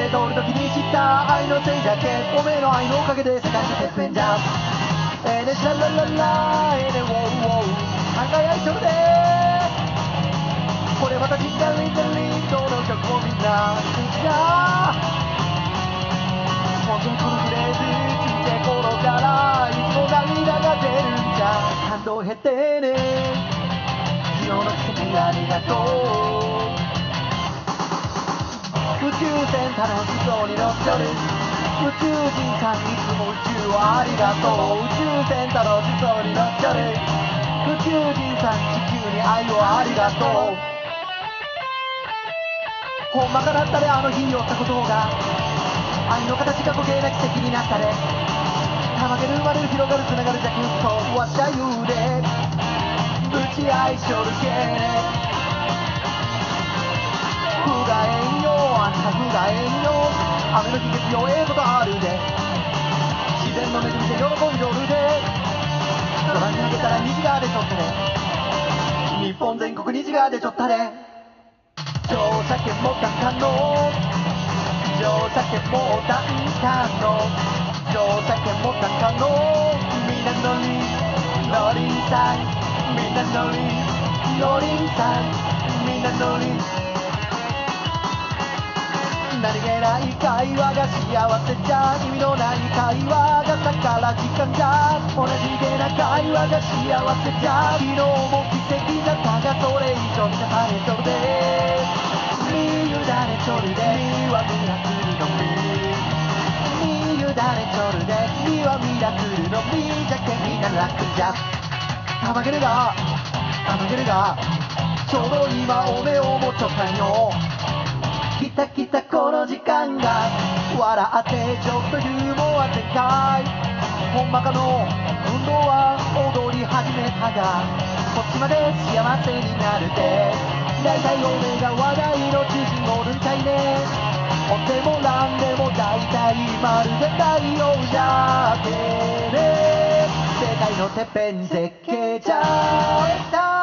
で通る時に知った愛のせいじゃけおめえの愛のおかげで世界のてっぺんじゃえねしららららえねウォウウォウ輝いとるでこれまたリンダリンダリンどの曲もみんな好きだ本当にこのフレーズちっちゃい頃からいつも涙が出るんじゃ感動減ってね昨日の奇跡ありがとう宇宙船楽しそうに乗っちょる宇宙人さんいつも宇宙をありがとう宇宙船楽しそうに乗っちょる宇宙人さん地球に愛をありがとうほんまかだったであの日酔ったことが愛の形が固形な奇跡になったでたまげる生まれる広がるつながるじゃくっとわしゃ言うでぶち愛しょるけね不甲斐よあんた不甲斐よ雨の日月曜ええことあるで自然の恵みで喜んどるで空に逃げたら虹が出ちょったで日本全国虹が出ちょったで乗車券もたんかの乗車券もたんかの乗車券もたんかのみんな乗り乗りんさんみんな乗り乗りんさんみんな乗り何気ない会話が幸せじゃ意味のない会話が宝時間じゃ同じげな会話が幸せじゃ昨日も奇跡だったがそれ以上満たされちょるで見委ねちょるで見はミラクルの見委ねちょるで見はミラクルの見じゃけみんな楽じゃたまげるがちょうど今お目を持っちょったんよ来た来たこの時間が笑ってちょっとユーモア全開ほんまかの運動は踊り始めたがこっちまで幸せになるで大体おめが話題の中心おるんちゃいねお手もなんでも大体まるで太陽じゃけね世界のてっぺん絶景じゃ